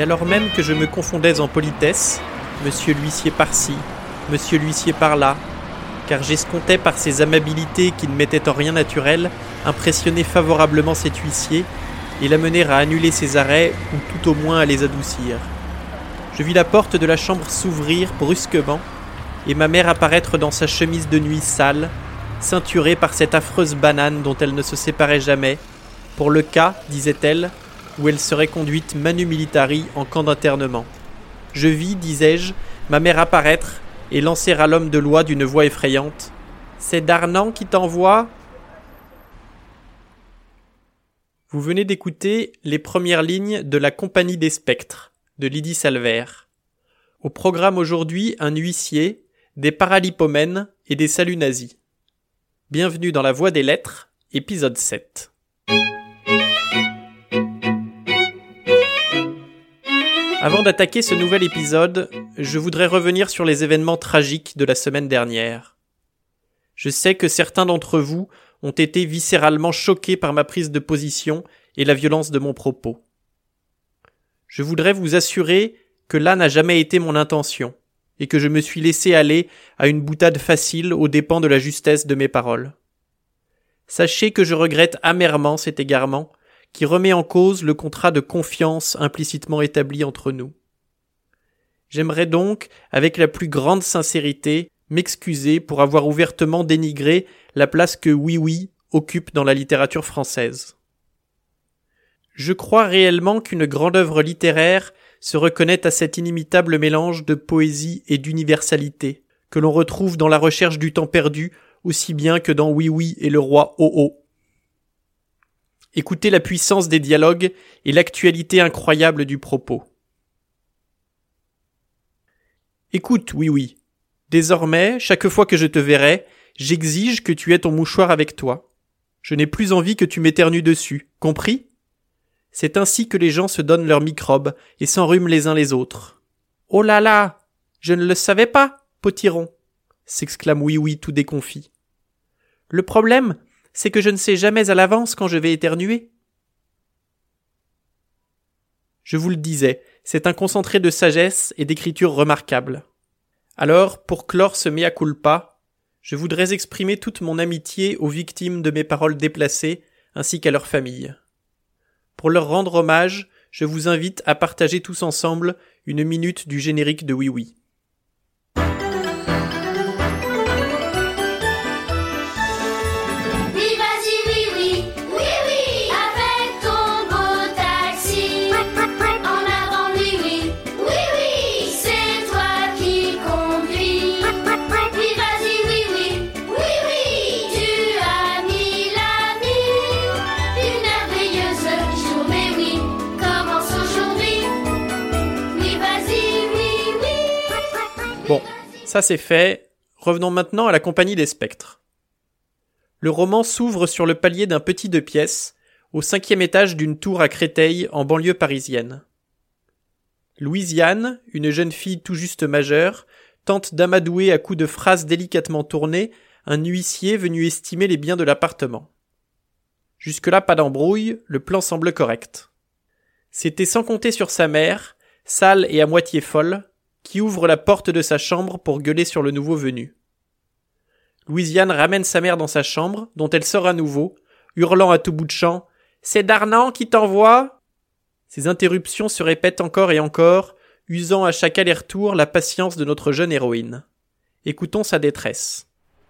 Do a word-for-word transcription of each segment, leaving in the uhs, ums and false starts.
Et alors même que je me confondais en politesse, monsieur l'huissier par-ci, monsieur l'huissier par-là, car j'escomptais par ses amabilités qui ne m'étaient en rien naturelles, impressionner favorablement cet huissier et l'amener à annuler ses arrêts ou tout au moins à les adoucir. Je vis la porte de la chambre s'ouvrir brusquement et ma mère apparaître dans sa chemise de nuit sale, ceinturée par cette affreuse banane dont elle ne se séparait jamais, pour le cas, disait-elle, où elle serait conduite manu militari en camp d'internement. Je vis, disais-je, ma mère apparaître et lancer à l'homme de loi d'une voix effrayante « C'est Darnand qui t'envoie ?» Vous venez d'écouter les premières lignes de La Compagnie des Spectres, de Lydie Salvert. Au programme aujourd'hui, un huissier, des paralipomènes et des saluts nazis. Bienvenue dans La Voie des Lettres, épisode sept. Avant d'attaquer ce nouvel épisode, je voudrais revenir sur les événements tragiques de la semaine dernière. Je sais que certains d'entre vous ont été viscéralement choqués par ma prise de position et la violence de mon propos. Je voudrais vous assurer que là n'a jamais été mon intention et que je me suis laissé aller à une boutade facile aux dépens de la justesse de mes paroles. Sachez que je regrette amèrement cet égarement qui remet en cause le contrat de confiance implicitement établi entre nous. J'aimerais donc, avec la plus grande sincérité, m'excuser pour avoir ouvertement dénigré la place que Oui Oui occupe dans la littérature française. Je crois réellement qu'une grande œuvre littéraire se reconnaît à cet inimitable mélange de poésie et d'universalité, que l'on retrouve dans La Recherche du temps perdu aussi bien que dans Oui Oui et le roi Oh-Oh. Écoutez la puissance des dialogues et l'actualité incroyable du propos. Écoute, Oui Oui. Désormais, chaque fois que je te verrai, j'exige que tu aies ton mouchoir avec toi. Je n'ai plus envie que tu m'éternues dessus, compris ? C'est ainsi que les gens se donnent leurs microbes et s'enrhument les uns les autres. Oh là là, je ne le savais pas, potiron, s'exclame Oui Oui tout déconfit. Le problème, c'est que je ne sais jamais à l'avance quand je vais éternuer. Je vous le disais, c'est un concentré de sagesse et d'écriture remarquable. Alors, pour clore ce mea culpa, je voudrais exprimer toute mon amitié aux victimes de mes paroles déplacées ainsi qu'à leurs familles. Pour leur rendre hommage, je vous invite à partager tous ensemble une minute du générique de Oui Oui. Bon, ça c'est fait. Revenons maintenant à La Compagnie des Spectres. Le roman s'ouvre sur le palier d'un petit deux pièces, au cinquième étage d'une tour à Créteil, en banlieue parisienne. Louisiane, une jeune fille tout juste majeure, tente d'amadouer à coups de phrases délicatement tournées un huissier venu estimer les biens de l'appartement. Jusque-là, pas d'embrouille, le plan semble correct. C'était sans compter sur sa mère, sale et à moitié folle, qui ouvre la porte de sa chambre pour gueuler sur le nouveau venu. Louisiane ramène sa mère dans sa chambre, dont elle sort à nouveau, hurlant à tout bout de champ « C'est Darnand qui t'envoie !» Ces interruptions se répètent encore et encore, usant à chaque aller-retour la patience de notre jeune héroïne. Écoutons sa détresse.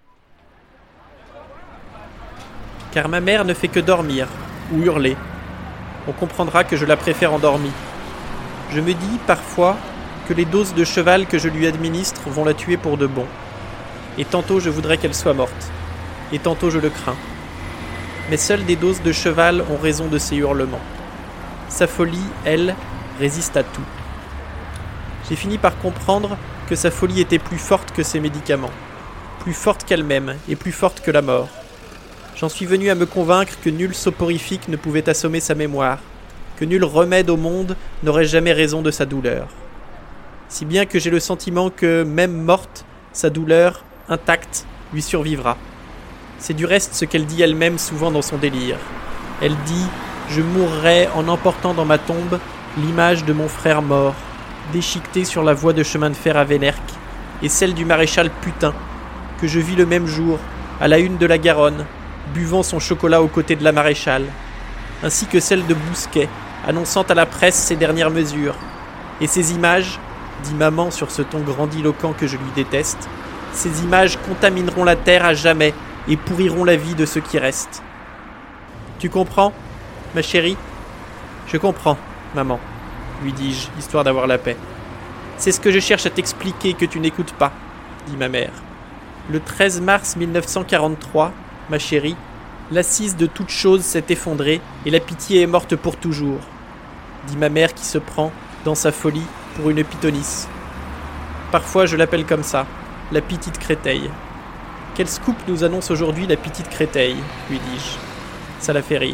Car ma mère ne fait que dormir, ou hurler. On comprendra que je la préfère endormie. Je me dis, parfois, que les doses de cheval que je lui administre vont la tuer pour de bon. Et tantôt je voudrais qu'elle soit morte. Et tantôt je le crains. Mais seules des doses de cheval ont raison de ses hurlements. Sa folie, elle, résiste à tout. J'ai fini par comprendre que sa folie était plus forte que ses médicaments. Plus forte qu'elle-même et plus forte que la mort. J'en suis venu à me convaincre que nul soporifique ne pouvait assommer sa mémoire, que nul remède au monde n'aurait jamais raison de sa douleur. Si bien que j'ai le sentiment que, même morte, sa douleur, intacte, lui survivra. C'est du reste ce qu'elle dit elle-même souvent dans son délire. Elle dit « Je mourrai en emportant dans ma tombe l'image de mon frère mort, déchiquetée sur la voie de chemin de fer à Vénèrque, et celle du maréchal Putain, que je vis le même jour, à la une de la Garonne, buvant son chocolat aux côtés de la maréchale, ainsi que celle de Bousquet, annonçant à la presse ses dernières mesures. Et ces images, dit maman sur ce ton grandiloquent que je lui déteste, ces images contamineront la terre à jamais et pourriront la vie de ceux qui restent. Tu comprends, ma chérie ? Je comprends, maman, lui dis-je, histoire d'avoir la paix. C'est ce que je cherche à t'expliquer que tu n'écoutes pas, dit ma mère. Le treize mars mille neuf cent quarante-trois, ma chérie, l'assise de toute chose s'est effondrée et la pitié est morte pour toujours, dit ma mère qui se prend, dans sa folie, pour une pythonisse. Parfois je l'appelle comme ça, la petite Créteil. Quel scoop nous annonce aujourd'hui la petite Créteil, lui dis-je. Ça la fait rire.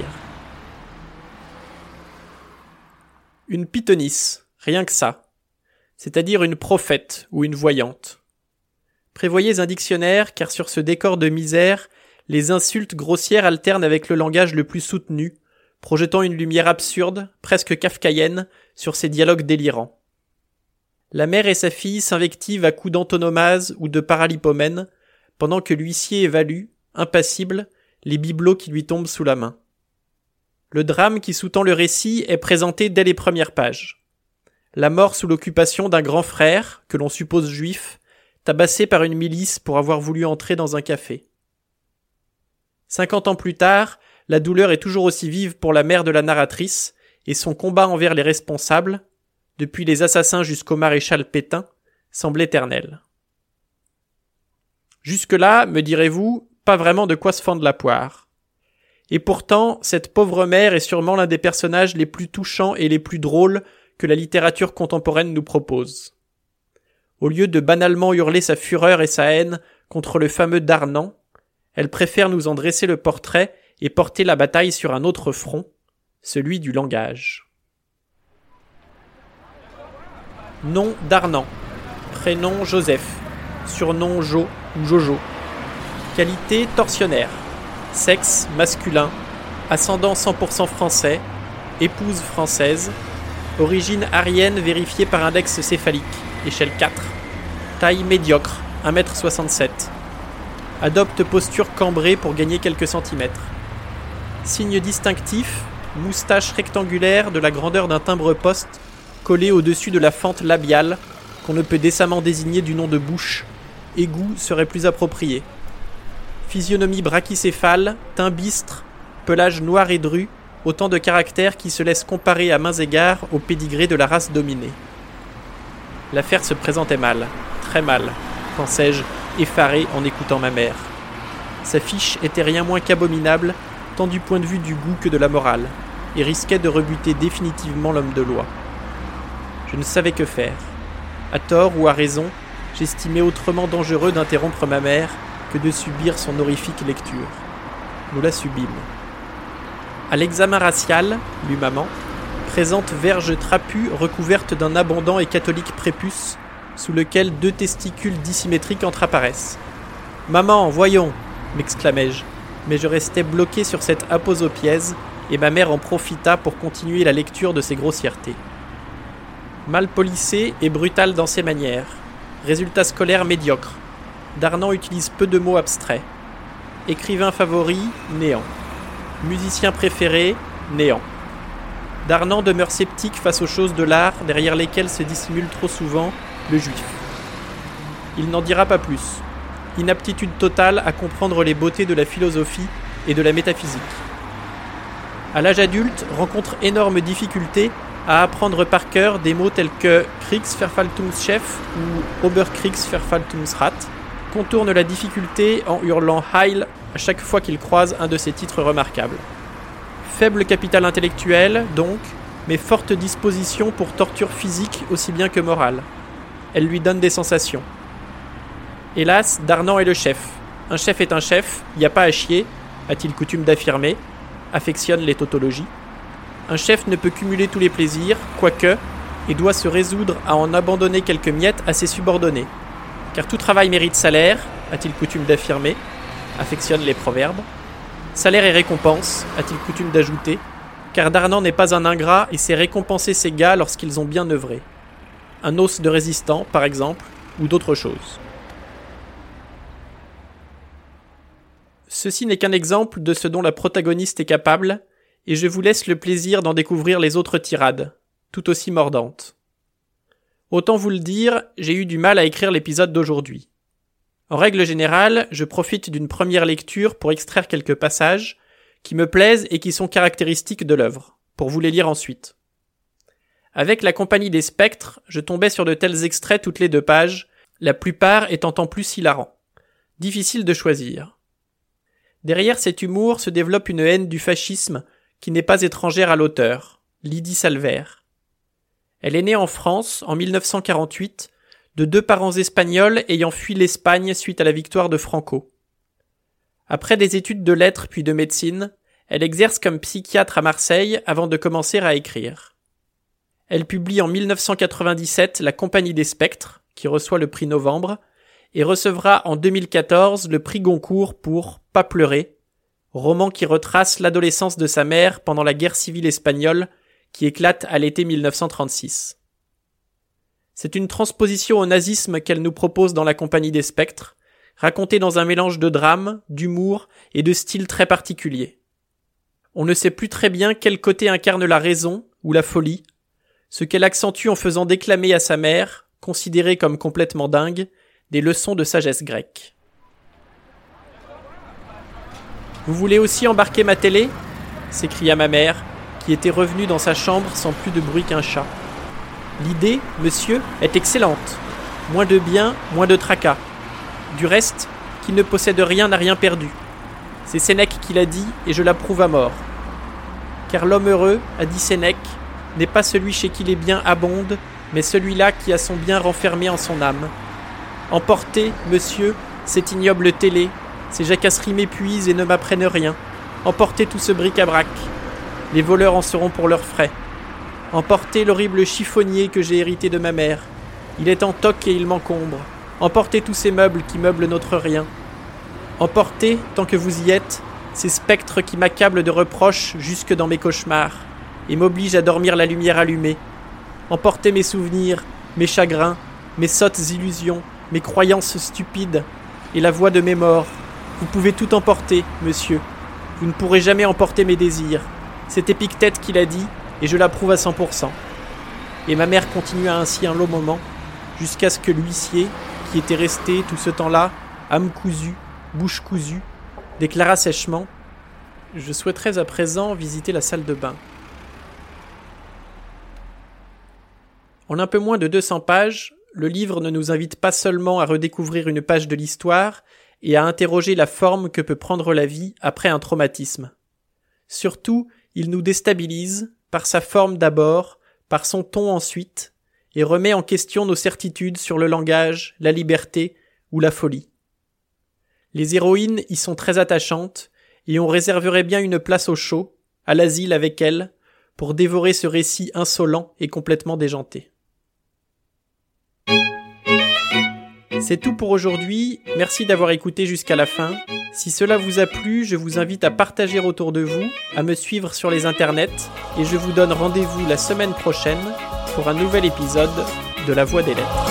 Une pythonisse, rien que ça. C'est-à-dire une prophète ou une voyante. Prévoyez un dictionnaire, car sur ce décor de misère, les insultes grossières alternent avec le langage le plus soutenu, projetant une lumière absurde, presque kafkaïenne, sur ces dialogues délirants. La mère et sa fille s'invectivent à coups d'antonomase ou de paralipomène, pendant que l'huissier évalue, impassible, les bibelots qui lui tombent sous la main. Le drame qui sous-tend le récit est présenté dès les premières pages. La mort sous l'occupation d'un grand frère, que l'on suppose juif, tabassé par une milice pour avoir voulu entrer dans un café. Cinquante ans plus tard, la douleur est toujours aussi vive pour la mère de la narratrice, et son combat envers les responsables, depuis les assassins jusqu'au maréchal Pétain, semble éternel. Jusque-là, me direz-vous, pas vraiment de quoi se fendre la poire. Et pourtant, cette pauvre mère est sûrement l'un des personnages les plus touchants et les plus drôles que la littérature contemporaine nous propose. Au lieu de banalement hurler sa fureur et sa haine contre le fameux Darnand, elle préfère nous en dresser le portrait et porter la bataille sur un autre front, celui du langage. Nom Darnand, prénom Joseph, surnom Jo ou Jojo. Qualité tortionnaire, sexe masculin, ascendant cent pour cent français, épouse française, origine aryenne vérifiée par index céphalique, échelle quatre, taille médiocre, un mètre soixante-sept. Adopte posture cambrée pour gagner quelques centimètres. Signe distinctif, moustache rectangulaire de la grandeur d'un timbre-poste collée au-dessus de la fente labiale qu'on ne peut décemment désigner du nom de bouche. Égout serait plus approprié. Physionomie brachycéphale, teint bistre, pelage noir et dru, autant de caractères qui se laissent comparer à mains égards au pédigré de la race dominée. L'affaire se présentait mal, très mal, pensais-je, effaré en écoutant ma mère. Sa fiche était rien moins qu'abominable, tant du point de vue du goût que de la morale, et risquait de rebuter définitivement l'homme de loi. Je ne savais que faire. À tort ou à raison, j'estimais autrement dangereux d'interrompre ma mère que de subir son horrifique lecture. Nous la subîmes. À l'examen racial, lut maman, présente verge trapue recouverte d'un abondant et catholique prépuce, sous lequel deux testicules dissymétriques entreapparaissent. « Maman, voyons !» m'exclamai-je, mais je restais bloqué sur cette aposopièse, et ma mère en profita pour continuer la lecture de ses grossièretés. Mal polissé et brutal dans ses manières. Résultat scolaire médiocre. Darnand utilise peu de mots abstraits. Écrivain favori, néant. Musicien préféré, néant. Darnand demeure sceptique face aux choses de l'art derrière lesquelles se dissimule trop souvent le juif. Il n'en dira pas plus. Inaptitude totale à comprendre les beautés de la philosophie et de la métaphysique. À l'âge adulte, rencontre énorme difficulté à apprendre par cœur des mots tels que Kriegsverwaltungschef ou Oberkriegsverwaltungsrat, contourne la difficulté en hurlant Heil à chaque fois qu'il croise un de ces titres remarquables. Faible capital intellectuel, donc, mais forte disposition pour torture physique aussi bien que morale. Elle lui donne des sensations. Hélas, Darnand est le chef. Un chef est un chef, y a pas à chier, a-t-il coutume d'affirmer, affectionne les tautologies. Un chef ne peut cumuler tous les plaisirs, quoique, et doit se résoudre à en abandonner quelques miettes à ses subordonnés. Car tout travail mérite salaire, a-t-il coutume d'affirmer, affectionne les proverbes. Salaire et récompense, a-t-il coutume d'ajouter, car Darnan n'est pas un ingrat et sait récompenser ses gars lorsqu'ils ont bien œuvré. Un os de résistant, par exemple, ou d'autres choses. Ceci n'est qu'un exemple de ce dont la protagoniste est capable, et je vous laisse le plaisir d'en découvrir les autres tirades, tout aussi mordantes. Autant vous le dire, j'ai eu du mal à écrire l'épisode d'aujourd'hui. En règle générale, je profite d'une première lecture pour extraire quelques passages qui me plaisent et qui sont caractéristiques de l'œuvre, pour vous les lire ensuite. Avec La Compagnie des Spectres, je tombais sur de tels extraits toutes les deux pages, la plupart étant en plus hilarants. Difficile de choisir. Derrière cet humour se développe une haine du fascisme qui n'est pas étrangère à l'auteur, Lydie Salver. Elle est née en France en mille neuf cent quarante-huit, de deux parents espagnols ayant fui l'Espagne suite à la victoire de Franco. Après des études de lettres puis de médecine, elle exerce comme psychiatre à Marseille avant de commencer à écrire. Elle publie en mille neuf cent quatre-vingt-dix-sept La Compagnie des Spectres, qui reçoit le prix Novembre, et recevra en deux mille quatorze le prix Goncourt pour Pas pleurer, roman qui retrace l'adolescence de sa mère pendant la guerre civile espagnole qui éclate à l'été mille neuf cent trente-six. C'est une transposition au nazisme qu'elle nous propose dans La Compagnie des Spectres, racontée dans un mélange de drame, d'humour et de style très particulier. On ne sait plus très bien quel côté incarne la raison ou la folie, ce qu'elle accentue en faisant déclamer à sa mère, considérée comme complètement dingue, des leçons de sagesse grecque. « Vous voulez aussi embarquer ma télé ?» s'écria ma mère, qui était revenue dans sa chambre sans plus de bruit qu'un chat. « L'idée, monsieur, est excellente. Moins de biens, moins de tracas. Du reste, qui ne possède rien n'a rien perdu. C'est Sénèque qui l'a dit, et je l'approuve à mort. Car l'homme heureux, a dit Sénèque, n'est pas celui chez qui les biens abondent, mais celui-là qui a son bien renfermé en son âme. Emportez, monsieur, cette ignoble télé, ces jacasseries m'épuisent et ne m'apprennent rien. Emportez tout ce bric-à-brac. Les voleurs en seront pour leurs frais. Emportez l'horrible chiffonnier que j'ai hérité de ma mère. Il est en toc et il m'encombre. Emportez tous ces meubles qui meublent notre rien. Emportez, tant que vous y êtes, ces spectres qui m'accablent de reproches jusque dans mes cauchemars et m'obligent à dormir la lumière allumée. Emportez mes souvenirs, mes chagrins, mes sottes illusions, mes croyances stupides et la voix de mes morts. Vous pouvez tout emporter, monsieur. Vous ne pourrez jamais emporter mes désirs. C'est Épictète qui l'a dit, et je l'approuve à cent pour cent. Et ma mère continua ainsi un long moment, jusqu'à ce que l'huissier, qui était resté tout ce temps-là, âme cousue, bouche cousue, déclara sèchement « Je souhaiterais à présent visiter la salle de bain. » En un peu moins de deux cents pages, le livre ne nous invite pas seulement à redécouvrir une page de l'histoire et à interroger la forme que peut prendre la vie après un traumatisme. Surtout, il nous déstabilise, par sa forme d'abord, par son ton ensuite, et remet en question nos certitudes sur le langage, la liberté ou la folie. Les héroïnes y sont très attachantes, et on réserverait bien une place au chaud, à l'asile avec elles, pour dévorer ce récit insolent et complètement déjanté. C'est tout pour aujourd'hui, merci d'avoir écouté jusqu'à la fin. Si cela vous a plu, je vous invite à partager autour de vous, à me suivre sur les internets, et je vous donne rendez-vous la semaine prochaine pour un nouvel épisode de La Voix des Lettres.